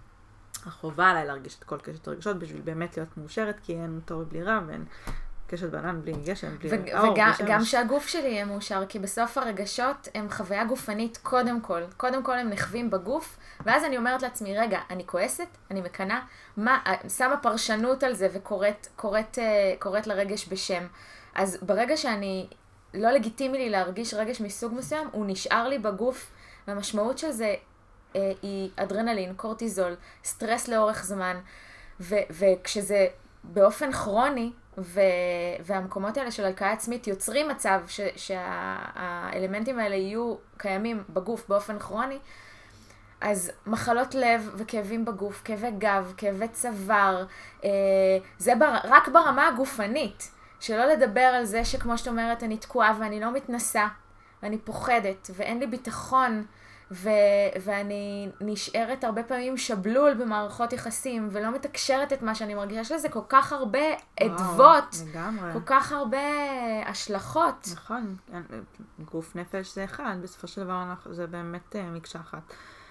והחובה עליי להרגיש את כל קשת הרגשות בשביל באמת להיות מאושרת, כי אין טוב בלי רע, ואין קשת בנן בלי גשם, בלי ו- אור, וגם גם שהגוף שלי יהיה מאושר, כי בסוף הרגשות הם חוויה גופנית קודם כל. קודם כל הם נחווים בגוף, ואז אני אומרת לעצמי, רגע, אני כועסת? אני מקנה? מה, שמה פרשנות על זה וקוראת קוראת, קוראת לרגש בשם. אז ברגע שאני, לא לגיטימי לי להרגיש רגש מסוג מסוים, הוא נשאר לי בגוף, והמשמעות של זה אה, היא אדרנלין, קורטיזול, סטרס לאורך זמן, ו- וכשזה באופן כרוני, ו- והמקומות האלה של הלקאה עצמית יוצרים מצב ש- שהאלמנטים האלה יהיו קיימים בגוף באופן כרוני, אז מחלות לב וכאבים בגוף, כאבי גב, כאבי צוואר, אה, זה בר- רק ברמה הגופנית, שלא לדבר על זה שכמו שאת אומרת אני תקועה ואני לא מתנסה, ואני פוחדת ואין לי ביטחון, ו- ואני נשארת הרבה פעמים שבלול במערכות יחסים, ולא מתקשרת את מה שאני מרגישה. יש לזה כל כך הרבה עדבות, לגמרי. כל כך הרבה השלכות. נכון, גוף נפש זה אחד, בסופו של דבר זה באמת מקשה אחת.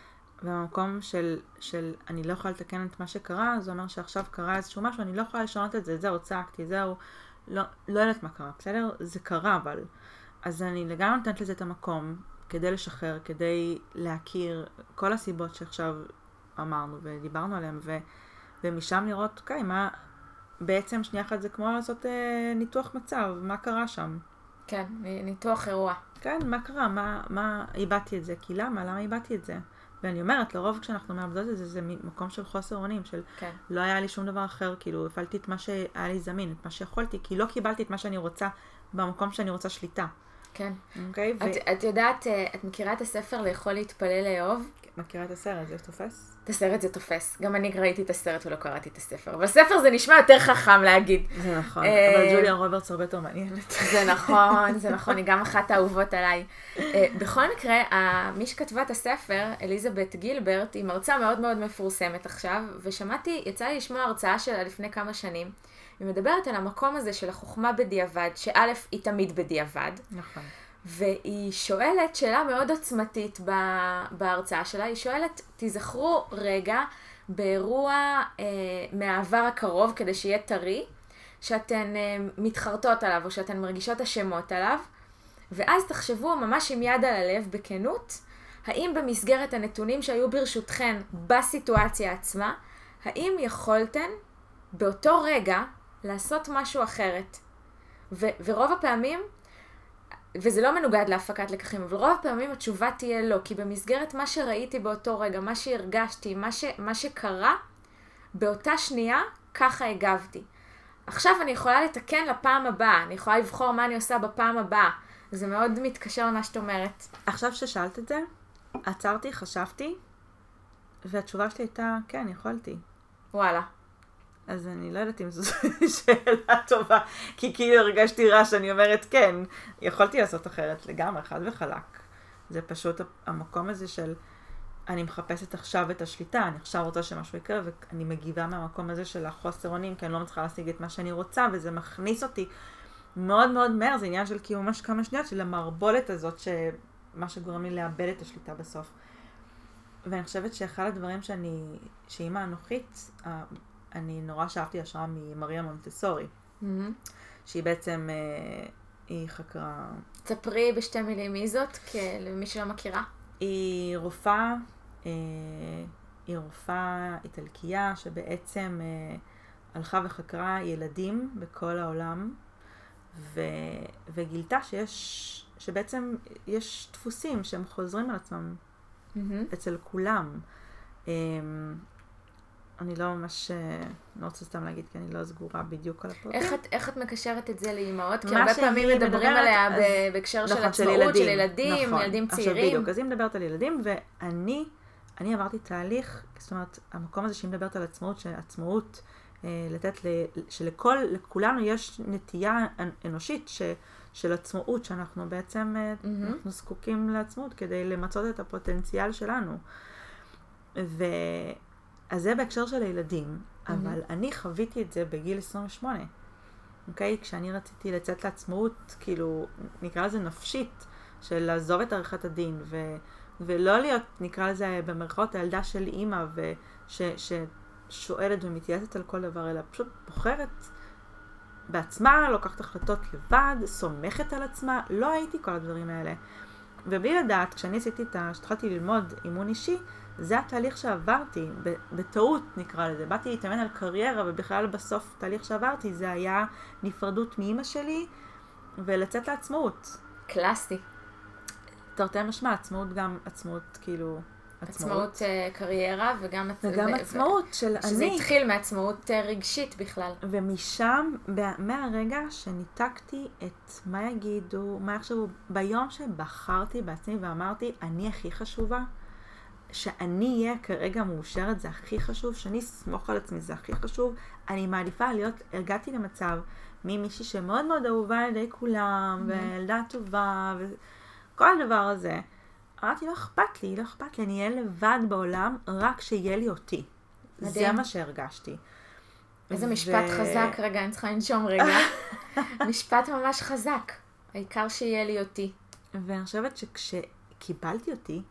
והמקום של, של אני לא יכולה לתקן את מה שקרה, זה אומר שעכשיו קרה איזשהו משהו, אני לא יכולה לשנות את זה, זהו, צעקתי, זהו, לא, לא יודעת מה קרה, בסדר? זה קרה, אבל. אז אני לגמרי נותנת לזה את המקום, כדי לשחרר, כדי להכיר כל הסיבות שעכשיו אמרנו ודיברנו עליהן, ו, ומשם לראות, אוקיי, מה, בעצם שנייה אחת זה כמו לעשות אה, ניתוח מצב, מה קרה שם? כן, ניתוח אירוע. כן, מה קרה? מה, מה, איבדתי את זה? כי למה? למה איבדתי את זה? ואני אומרת, לרוב כשאנחנו מאבדות את זה, זה מקום של חוסר אונים, של כן. לא היה לי שום דבר אחר, כאילו, הפעלתי את מה שהיה לי זמין, את מה שיכולתי, כי לא קיבלתי את מה שאני רוצה, במקום שאני רוצה שליטה. כן. אוקיי? את, ו... את יודעת, את מכירה את הספר לאכול להתפלל לאהוב? מכירה את הסרט, זה תופס? את הסרט זה תופס. גם אני ראיתי את הסרט ולא קראתי את הספר. אבל ספר זה נשמע יותר חכם להגיד. זה נכון, אבל ג'וליה רוברטס הרבה יותר מעניינת. זה נכון, זה נכון, היא גם אחת האהובות עליי. בכל מקרה, מי שכתבה את הספר, אליזבת גילברט, היא מרצה מאוד מאוד מפורסמת עכשיו, ושמעתי, יצא לי לשמוע הרצאה שלה לפני כמה שנים, היא מדברת על המקום הזה של החוכמה בדיעבד, שא' היא תמיד בדיעבד. נכון. והיא שואלת שאלה מאוד עוצמתית בהרצאה שלה, היא שואלת, תזכרו רגע באירוע אה, מהעבר הקרוב, כדי שיהיה טרי, שאתן אה, מתחרטות עליו או שאתן מרגישות השמות עליו, ואז תחשבו ממש עם יד על הלב בכנות, האם במסגרת הנתונים שהיו ברשותכן בסיטואציה עצמה, האם יכולתן באותו רגע לעשות משהו אחרת. ו- ורוב הפעמים, וזה לא מנוגד להפקת לקחים, אבל רוב הפעמים התשובה תהיה לא, כי במסגרת מה שראיתי באותו רגע, מה שהרגשתי, מה, ש, מה שקרה, באותה שנייה, ככה הגבתי. עכשיו אני יכולה לתקן לפעם הבאה, אני יכולה לבחור מה אני עושה בפעם הבאה. זה מאוד מתקשר למה שאת אומרת. עכשיו ששאלת את זה, עצרתי, חשבתי, והתשובה שלי הייתה, כן, יכולתי. וואלה. אז אני לא יודעת אם זו שאלה טובה, כי כאילו הרגשתי רע שאני אומרת, כן, יכולתי לעשות אחרת לגמרי, חד וחלק. זה פשוט המקום הזה של, אני מחפשת עכשיו את השליטה, אני עכשיו רוצה שמשהו יקרה, ואני מגיבה מהמקום הזה של החוסר אונים, כי אני לא מצליחה להשיג את מה שאני רוצה, וזה מכניס אותי מאוד מאוד מהר, זה עניין של כאילו ממש כמה שניות, של המערבולת הזאת, שמה שגורם לי לאבד את השליטה בסוף. ואני חושבת שאחד הדברים שאני, שאימא אנוכית, אני נורא שאהבתי השראה ממריה מונטסורי, mm-hmm. שהיא בעצם, היא חקרה... תספרי בשתי מילים מי זאת, למי שלא מכירה. היא רופאה, היא רופאה איטלקייה שבעצם הלכה וחקרה ילדים בכל העולם, ו, וגילתה שיש, שבעצם יש דפוסים שהם חוזרים על עצמם mm-hmm. אצל כולם. אני לא ממש, לא רוצה סתם להגיד, כי אני לא סגורה בדיוק על הפרטים. איך את, איך את מקשרת את זה לאימהות? כי הרבה פעמים מדברים עליה אז, בהקשר נכון, של עצמאות, של ילדים, של ילדים, נכון. ילדים צעירים. עכשיו בדיוק, אז היא מדברת על ילדים, ואני אני עברתי תהליך, זאת אומרת, המקום הזה שהיא מדברת על עצמאות, שעצמאות, אה, לתת, ל, שלכל, לכולנו יש נטייה אנושית ש, של עצמאות, שאנחנו בעצם, mm-hmm. אנחנו זקוקים לעצמאות כדי למצות את הפוטנציאל שלנו. ו... אז זה בהקשר של הילדים, mm-hmm. אבל אני חוויתי את זה בגיל עשרים ושמונה. אוקיי? כשאני רציתי לצאת לעצמאות, כאילו, נקרא לזה נפשית, של לעזוב את עריכת הדין, ו, ולא להיות, נקרא לזה במרכאות, הילדה של אימא, וש, ששואלת ומתייעצת על כל דבר, אלא פשוט בוחרת בעצמה, לוקחת החלטות לבד, סומכת על עצמה, לא הייתי כל הדברים האלה. ובלי לדעת, כשאני עשיתי את ה... כשהתחלתי ללמוד אימון אישי, זה התהליך שעברתי, בטעות נקרא לזה. באתי להתאמן על קריירה, ובכלל בסוף תהליך שעברתי, זה היה נפרדות מאמא שלי, ולצאת לעצמאות. קלאסי. תרתי משמע, עצמאות גם עצמאות, כאילו, עצמאות. עצמאות קריירה, וגם, וגם ו- עצמאות ו- של שזה אני. שזה התחיל מעצמאות רגשית בכלל. ומשם, מהרגע שניתקתי את מה יגידו, מה יחשבו, ביום שבחרתי בעצמי ואמרתי, אני הכי חשובה, שאני אהיה כרגע מאושרת, זה הכי חשוב, שאני אסמוך על עצמי, זה הכי חשוב, אני מעדיפה להיות, הרגעתי למצב ממישהי שמאוד מאוד אהובה על ידי כולם, mm-hmm. וילדה טובה, וכל הדבר הזה. אמרתי, לא אכפת לי, לא אכפת לי, אני אהיה לבד בעולם, רק שיהיה לי אותי. מדהים. זה מה שהרגשתי. איזה ו... משפט חזק, רגע, אני צריכה לנשום רגע. משפט ממש חזק. העיקר שיהיה לי אותי. ואני חושבת שכשקיבלתי אותי,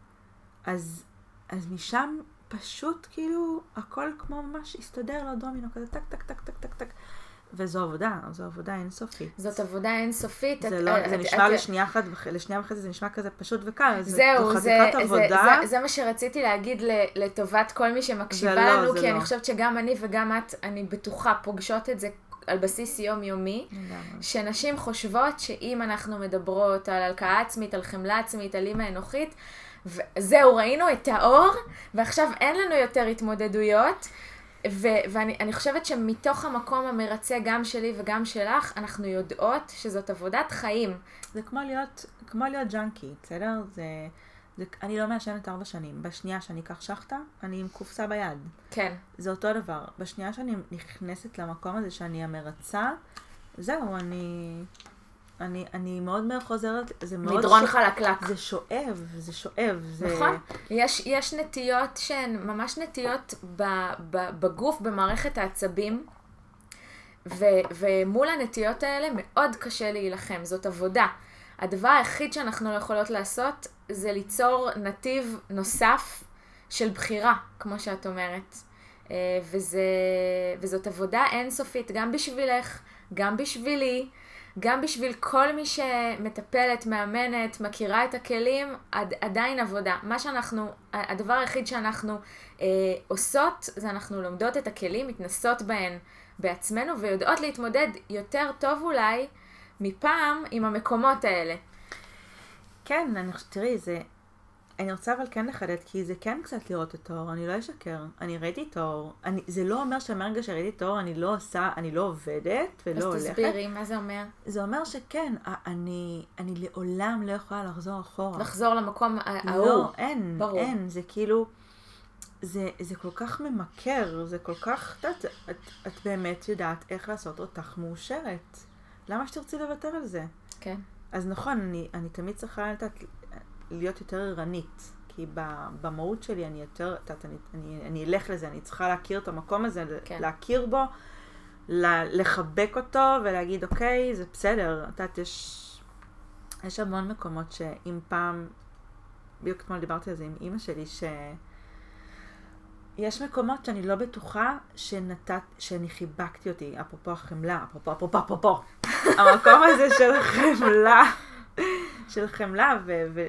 אז, אז משם פשוט כאילו הכל כמו ממש הסתדר לו דומינו, כזה טק, טק, טק, טק, טק, טק. וזו עבודה, זו עבודה אינסופית. זאת עבודה אינסופית. זה, לא, זה נשמע לשנייה אחת, לשנייה וחצי זה נשמע כזה פשוט וקל. זהו, זה, זה, זה, זה מה שרציתי להגיד לטובת כל מי שמקשיבה לנו, לא, כי אני לא. חושבת שגם אני וגם את, אני בטוחה, פוגשות את זה על בסיס יומיומי, שנשים חושבות שאם אנחנו מדברות על הלקאה עצמית, על חמלה עצמית, על אימא אנוכית, וזהו, ראינו את האור, ועכשיו אין לנו יותר התמודדויות, ו- ואני אני חושבת שמתוך המקום המרצה גם שלי וגם שלך, אנחנו יודעות שזאת עבודת חיים. זה כמו להיות, כמו להיות ג'אנקי, בסדר? זה, זה, אני לא מעשנת ארבע שנים. בשנייה שאני אקח שחטה, אני עם קופסה ביד. כן. זה אותו דבר. בשנייה שאני נכנסת למקום הזה שאני המרצה, זהו, אני... אני, אני מאוד מאוד חוזרת, זה מאוד... מדרון חלקלק. זה שואב, זה שואב. זה... נכון. יש, יש נטיות שהן ממש נטיות ב, ב, בגוף, במערכת העצבים, ו, ומול הנטיות האלה מאוד קשה להילחם, זאת עבודה. הדבר היחיד שאנחנו לא יכולות לעשות, זה ליצור נתיב נוסף של בחירה, כמו שאת אומרת. וזה, וזאת עבודה אינסופית, גם בשבילך, גם בשבילי, גם בשביל כל מי שמטפלת, מאמנת, מכירה את הכלים, עד, עדיין עבודה. מה שאנחנו, הדבר היחיד שאנחנו אה, עושות, זה אנחנו לומדות את הכלים, מתנסות בהן בעצמנו, ויודעות להתמודד יותר טוב אולי מפעם עם המקומות האלה. כן, אני חושבת, תראי, זה... אני רוצה אבל כן לחדד, כי זה כן קצת לראות את האור, אני לא אשקר, אני ראיתי את האור, אני, זה לא אומר שמרגע שראיתי את האור, אני לא עושה, אני לא עובדת ולא הולכת. אז תסבירי, מה זה אומר? זה אומר שכן, אני, אני לעולם לא יכולה לחזור אחורה. לחזור למקום האור. לא, אין, ברור. אין, זה כאילו, זה, זה כל כך ממכר, זה כל כך, את, את, את באמת יודעת איך לעשות אותך מאושרת. למה שתרצי לוותר על זה? כן. אז נכון, אני, אני תמיד צריכה לתת... להיות יותר ערנית, כי במהות שלי אני יותר, תת, אני, אני, אני אלך לזה, אני צריכה להכיר את המקום הזה, כן. להכיר בו, לחבק אותו ולהגיד, אוקיי, זה בסדר. את יודעת, יש, יש המון מקומות שאם פעם, בדיוק אתמול דיברתי על זה עם אמא שלי, ש... יש מקומות שאני לא בטוחה שנתת, שאני חיבקתי אותי, אפרופו החמלה, אפרופו, אפרופו, אפרופו. המקום הזה של חמלה, של חמלה, ו... ו...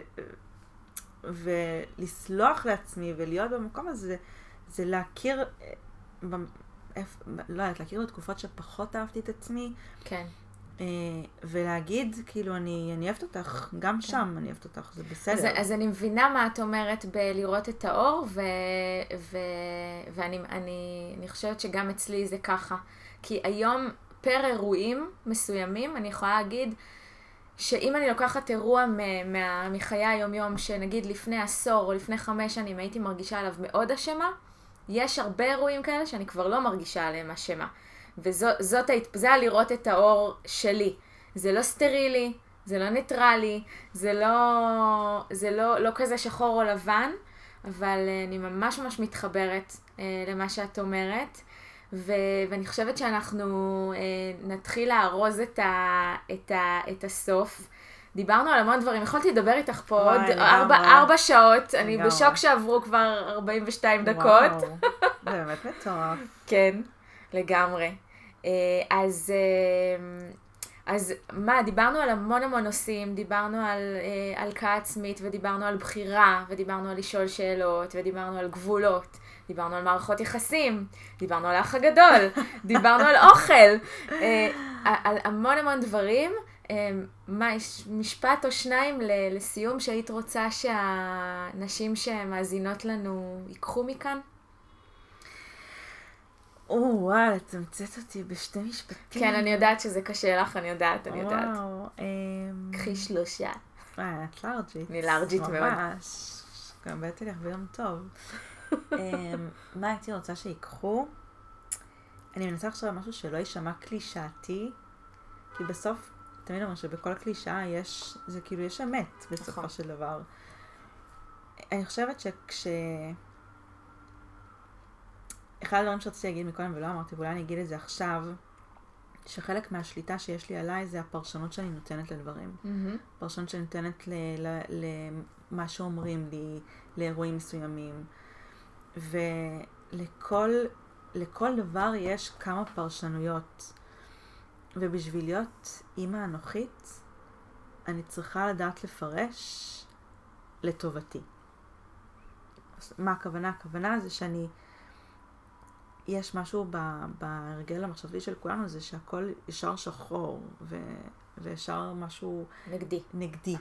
ולסלוח לעצמי ולהיות במקום הזה, זה להכיר, ב... לא יודעת, להכיר בתקופות שפחות אהבתי את עצמי. כן. ולהגיד, כאילו, אני, אני אוהבת אותך, גם כן. שם אני אוהבת אותך, זה בסדר. אז, אז אני מבינה מה את אומרת בלראות את האור, ו, ו, ואני אני, אני חושבת שגם אצלי זה ככה. כי היום, פר אירועים מסוימים, אני יכולה להגיד, שאם אני לוקחת אירוע מה, מחיי היום-יום, שנגיד לפני עשור או לפני חמש שנים הייתי מרגישה עליו מאוד אשמה, יש הרבה אירועים כאלה שאני כבר לא מרגישה עליהם אשמה. וזאת, זה היה לראות את האור שלי. זה לא סטרילי, זה לא ניטרלי, זה לא, זה לא, לא כזה שחור או לבן, אבל אני ממש ממש מתחברת אה, למה שאת אומרת, ו, ואני חושבת שאנחנו אה, נתחיל לארוז את, ה, את, ה, את הסוף. דיברנו על המון דברים, יכולתי לדבר איתך פה עוד ארבע, ארבע שעות, אני בשוק שעברו כבר ארבעים ושתיים דקות. וואו, זה באמת מטורף. כן, לגמרי. אז, אז מה, דיברנו על המון המון נושאים, דיברנו על הלקאה עצמית, ודיברנו על בחירה, ודיברנו על לשאול שאלות, ודיברנו על גבולות, דיברנו על מערכות יחסים, דיברנו על האח הגדול, דיברנו על אוכל, על המון המון דברים. מה, יש משפט או שניים לסיום שהיית רוצה שהנשים שמאזינות לנו ייקחו מכאן? או, וואו, את תמצאת אותי בשתי משפטים. כן, אני יודעת שזה קשה לך, אני יודעת, אני יודעת. וואו. קחי שלושה. וואי, את לארג'ית. אני לארג'ית מאוד. ממש. גם באתי לך ביום טוב. מה הייתי רוצה שיקחו? אני מנסה עכשיו משהו שלא יישמע קלישאתי, כי בסוף, תמיד אומר שבכל קלישאה יש, זה כאילו יש אמת בסופו של דבר. אני חושבת שכש... אחד הדברים שרציתי להגיד מקודם ולא אמרתי, ואולי אני אגיד את זה עכשיו, שחלק מהשליטה שיש לי עליי זה הפרשנות שאני נותנת לדברים. Mm-hmm. פרשנות שאני נותנת למה שאומרים לי, לאירועים מסוימים. ולכל לכל דבר יש כמה פרשנויות. ובשביל להיות אימא אנוכית, אני צריכה לדעת לפרש לטובתי. מה הכוונה? הכוונה זה שאני... יש משהו בהרגל המחשבתי של כולנו, זה שהכל ישר שחור, ו, וישר משהו... נגדי. נגדי.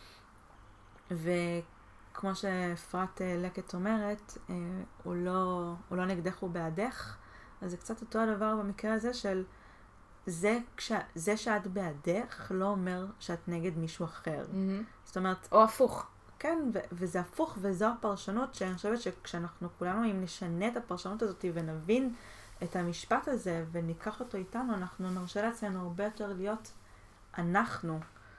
וכמו שאפרת לקט אומרת, הוא לא, הוא לא נגדך, הוא בעדך, אז זה קצת אותו הדבר במקרה הזה של, זה, כש, זה שאת בעדך לא אומר שאת נגד מישהו אחר. Mm-hmm. זאת אומרת... או הפוך. כן, ו- וזה הפוך, וזו הפרשנות שאני חושבת שכשאנחנו כולנו, אם נשנה את הפרשנות הזאת ונבין את המשפט הזה וניקח אותו איתנו, אנחנו נרשה לעצמנו הרבה יותר להיות אנחנו,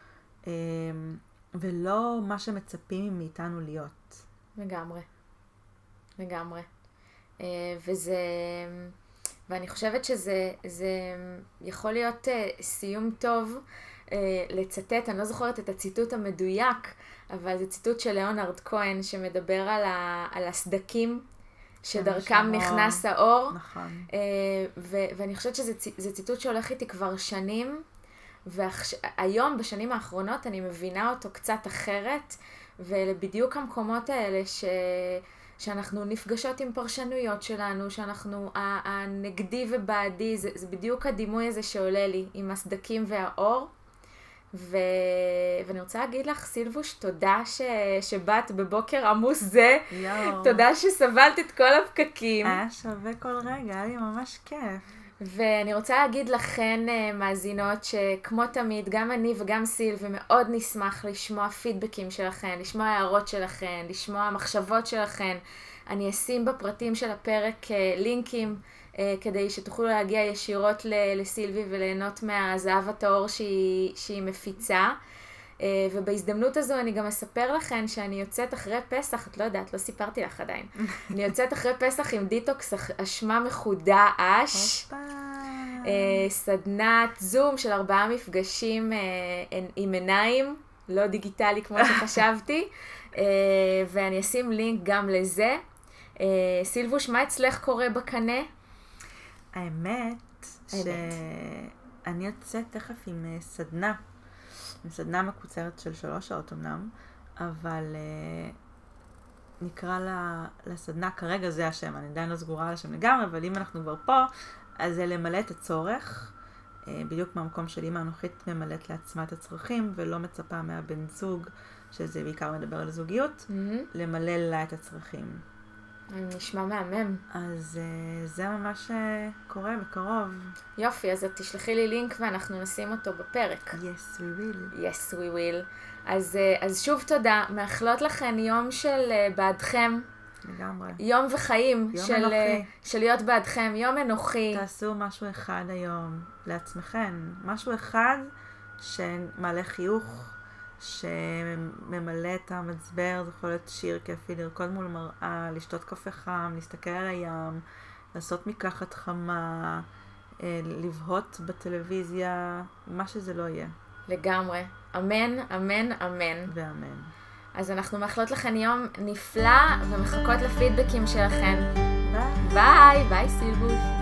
ולא מה שמצפים מאיתנו להיות. לגמרי. לגמרי. וזה... ואני חושבת שזה זה יכול להיות סיום טוב לצטט, אני לא זוכרת את הציטוט המדויק, אבל זה ציטוט של ליאונרד כהן שמדבר על, ה, על הסדקים שדרכם נכנס האור. נכון. ו- ואני חושבת שזה זה ציטוט שהולך איתי כבר שנים, והיום בשנים האחרונות אני מבינה אותו קצת אחרת, ולבדיוק המקומות האלה ש... שאנחנו נפגשות עם פרשנויות שלנו, שאנחנו, הנגדי ובעדי, זה, זה בדיוק הדימוי הזה שעולה לי עם הסדקים והאור. ו... ואני רוצה להגיד לך, סילבוש, תודה ש... שבאת בבוקר עמוס זה. יו. תודה שסבלת את כל הפקקים. היה שווה כל רגע, היה לי ממש כיף. ואני רוצה להגיד לכן, מאזינות, שכמו תמיד, גם אני וגם סילבי מאוד נשמח לשמוע פידבקים שלכן, לשמוע הערות שלכן, לשמוע מחשבות שלכן. אני אשים בפרטים של הפרק לינקים, כדי שתוכלו להגיע ישירות לסילבי וליהנות מהזהב הטהור שהיא, שהיא מפיצה. ובהזדמנות הזו אני גם אספר לכם שאני יוצאת אחרי פסח, את לא יודעת, לא סיפרתי לך עדיין. אני יוצאת אחרי פסח עם דיטוקס אשמה מחודש. סדנת זום של ארבעה מפגשים עם עיניים, לא דיגיטלי כמו שחשבתי, ואני אשים לינק גם לזה. סילבוש, מה אצלך קורה בקנה? האמת שאני יוצאת תכף עם סדנה, עם סדנה מקוצרת של שלוש שעות אמנם, אבל נקרא לה, לסדנה, כרגע זה השם, אני עדיין לא סגורה על השם לגמרי, אבל אם אנחנו כבר פה, אז זה למלא את הצורך, בדיוק מהמקום של אמא אנוכית ממלאת לעצמה את הצרכים, ולא מצפה מהבן זוג, שזה בעיקר מדבר על זוגיות, mm-hmm. למלא לה את הצרכים. נשמע מהמם. אז זה ממש קורה בקרוב. יופי, אז את תשלחי לי לינק ואנחנו נשים אותו בפרק. Yes, we will. Yes, we will. אז, אז שוב תודה, מאחלות לכם יום של בעדכם. לגמרי. יום וחיים. יום של, אנוכי. של להיות בעדכם, יום אנוכי. תעשו משהו אחד היום לעצמכם. משהו אחד שמעלה חיוך, שממלא את המצבר, זה יכול להיות שיר כיפי, לרקוד מול מראה, לשתות קפה חם, להסתכל על הים, לעשות מקחת חמה, לבהות בטלוויזיה, מה שזה לא יהיה. לגמרי. אמן, אמן, אמן. ואמן. אז אנחנו מאחלות לכם יום נפלא ומחכות לפידבקים שלכם. ביי. ביי, ביי סילבוש.